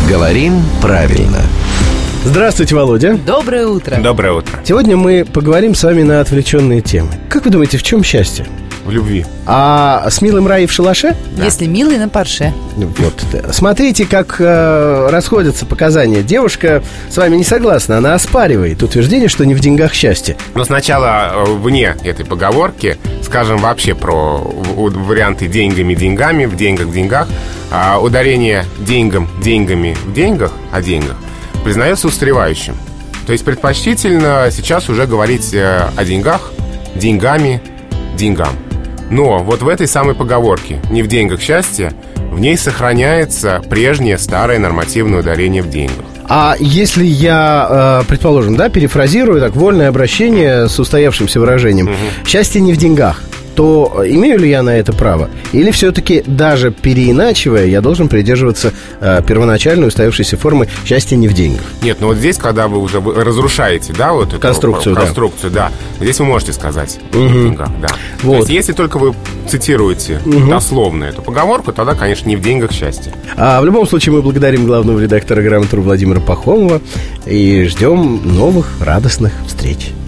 Говорим правильно. Здравствуйте, Володя. Доброе утро. Доброе утро. Сегодня мы поговорим с вами на отвлеченные темы. Как вы думаете, в чем счастье? В любви. А с милым рай в шалаше? Да. Если милый, на парше. Вот. Смотрите, как расходятся показания. Девушка с вами не согласна. Она оспаривает утверждение, что не в деньгах счастье. Но сначала вне этой поговорки скажем вообще про варианты деньгами, в деньгах. Ударение деньгами в деньгах, о деньгах признается устаревающим. То есть предпочтительно сейчас уже говорить о деньгах, деньгам. Но вот в этой самой поговорке «не в деньгах счастье» в ней сохраняется прежнее старое нормативное ударение в деньгах. А если я, предположим, перефразирую так, вольное обращение с устоявшимся выражением «счастье не в деньгах», то имею ли я на это право? Или все-таки, даже переиначивая, я должен придерживаться первоначальной устоявшейся формы «счастье не в деньгах»? Нет, но вот здесь, когда вы уже разрушаете, вот эту конструкцию, здесь вы можете сказать «не в деньгах», да. Вот. То есть, если только вы цитируете дословно эту поговорку, тогда, конечно, не в деньгах счастье. В любом случае, мы благодарим главного редактора «Грамотру» Владимира Пахомова и ждем новых радостных встреч.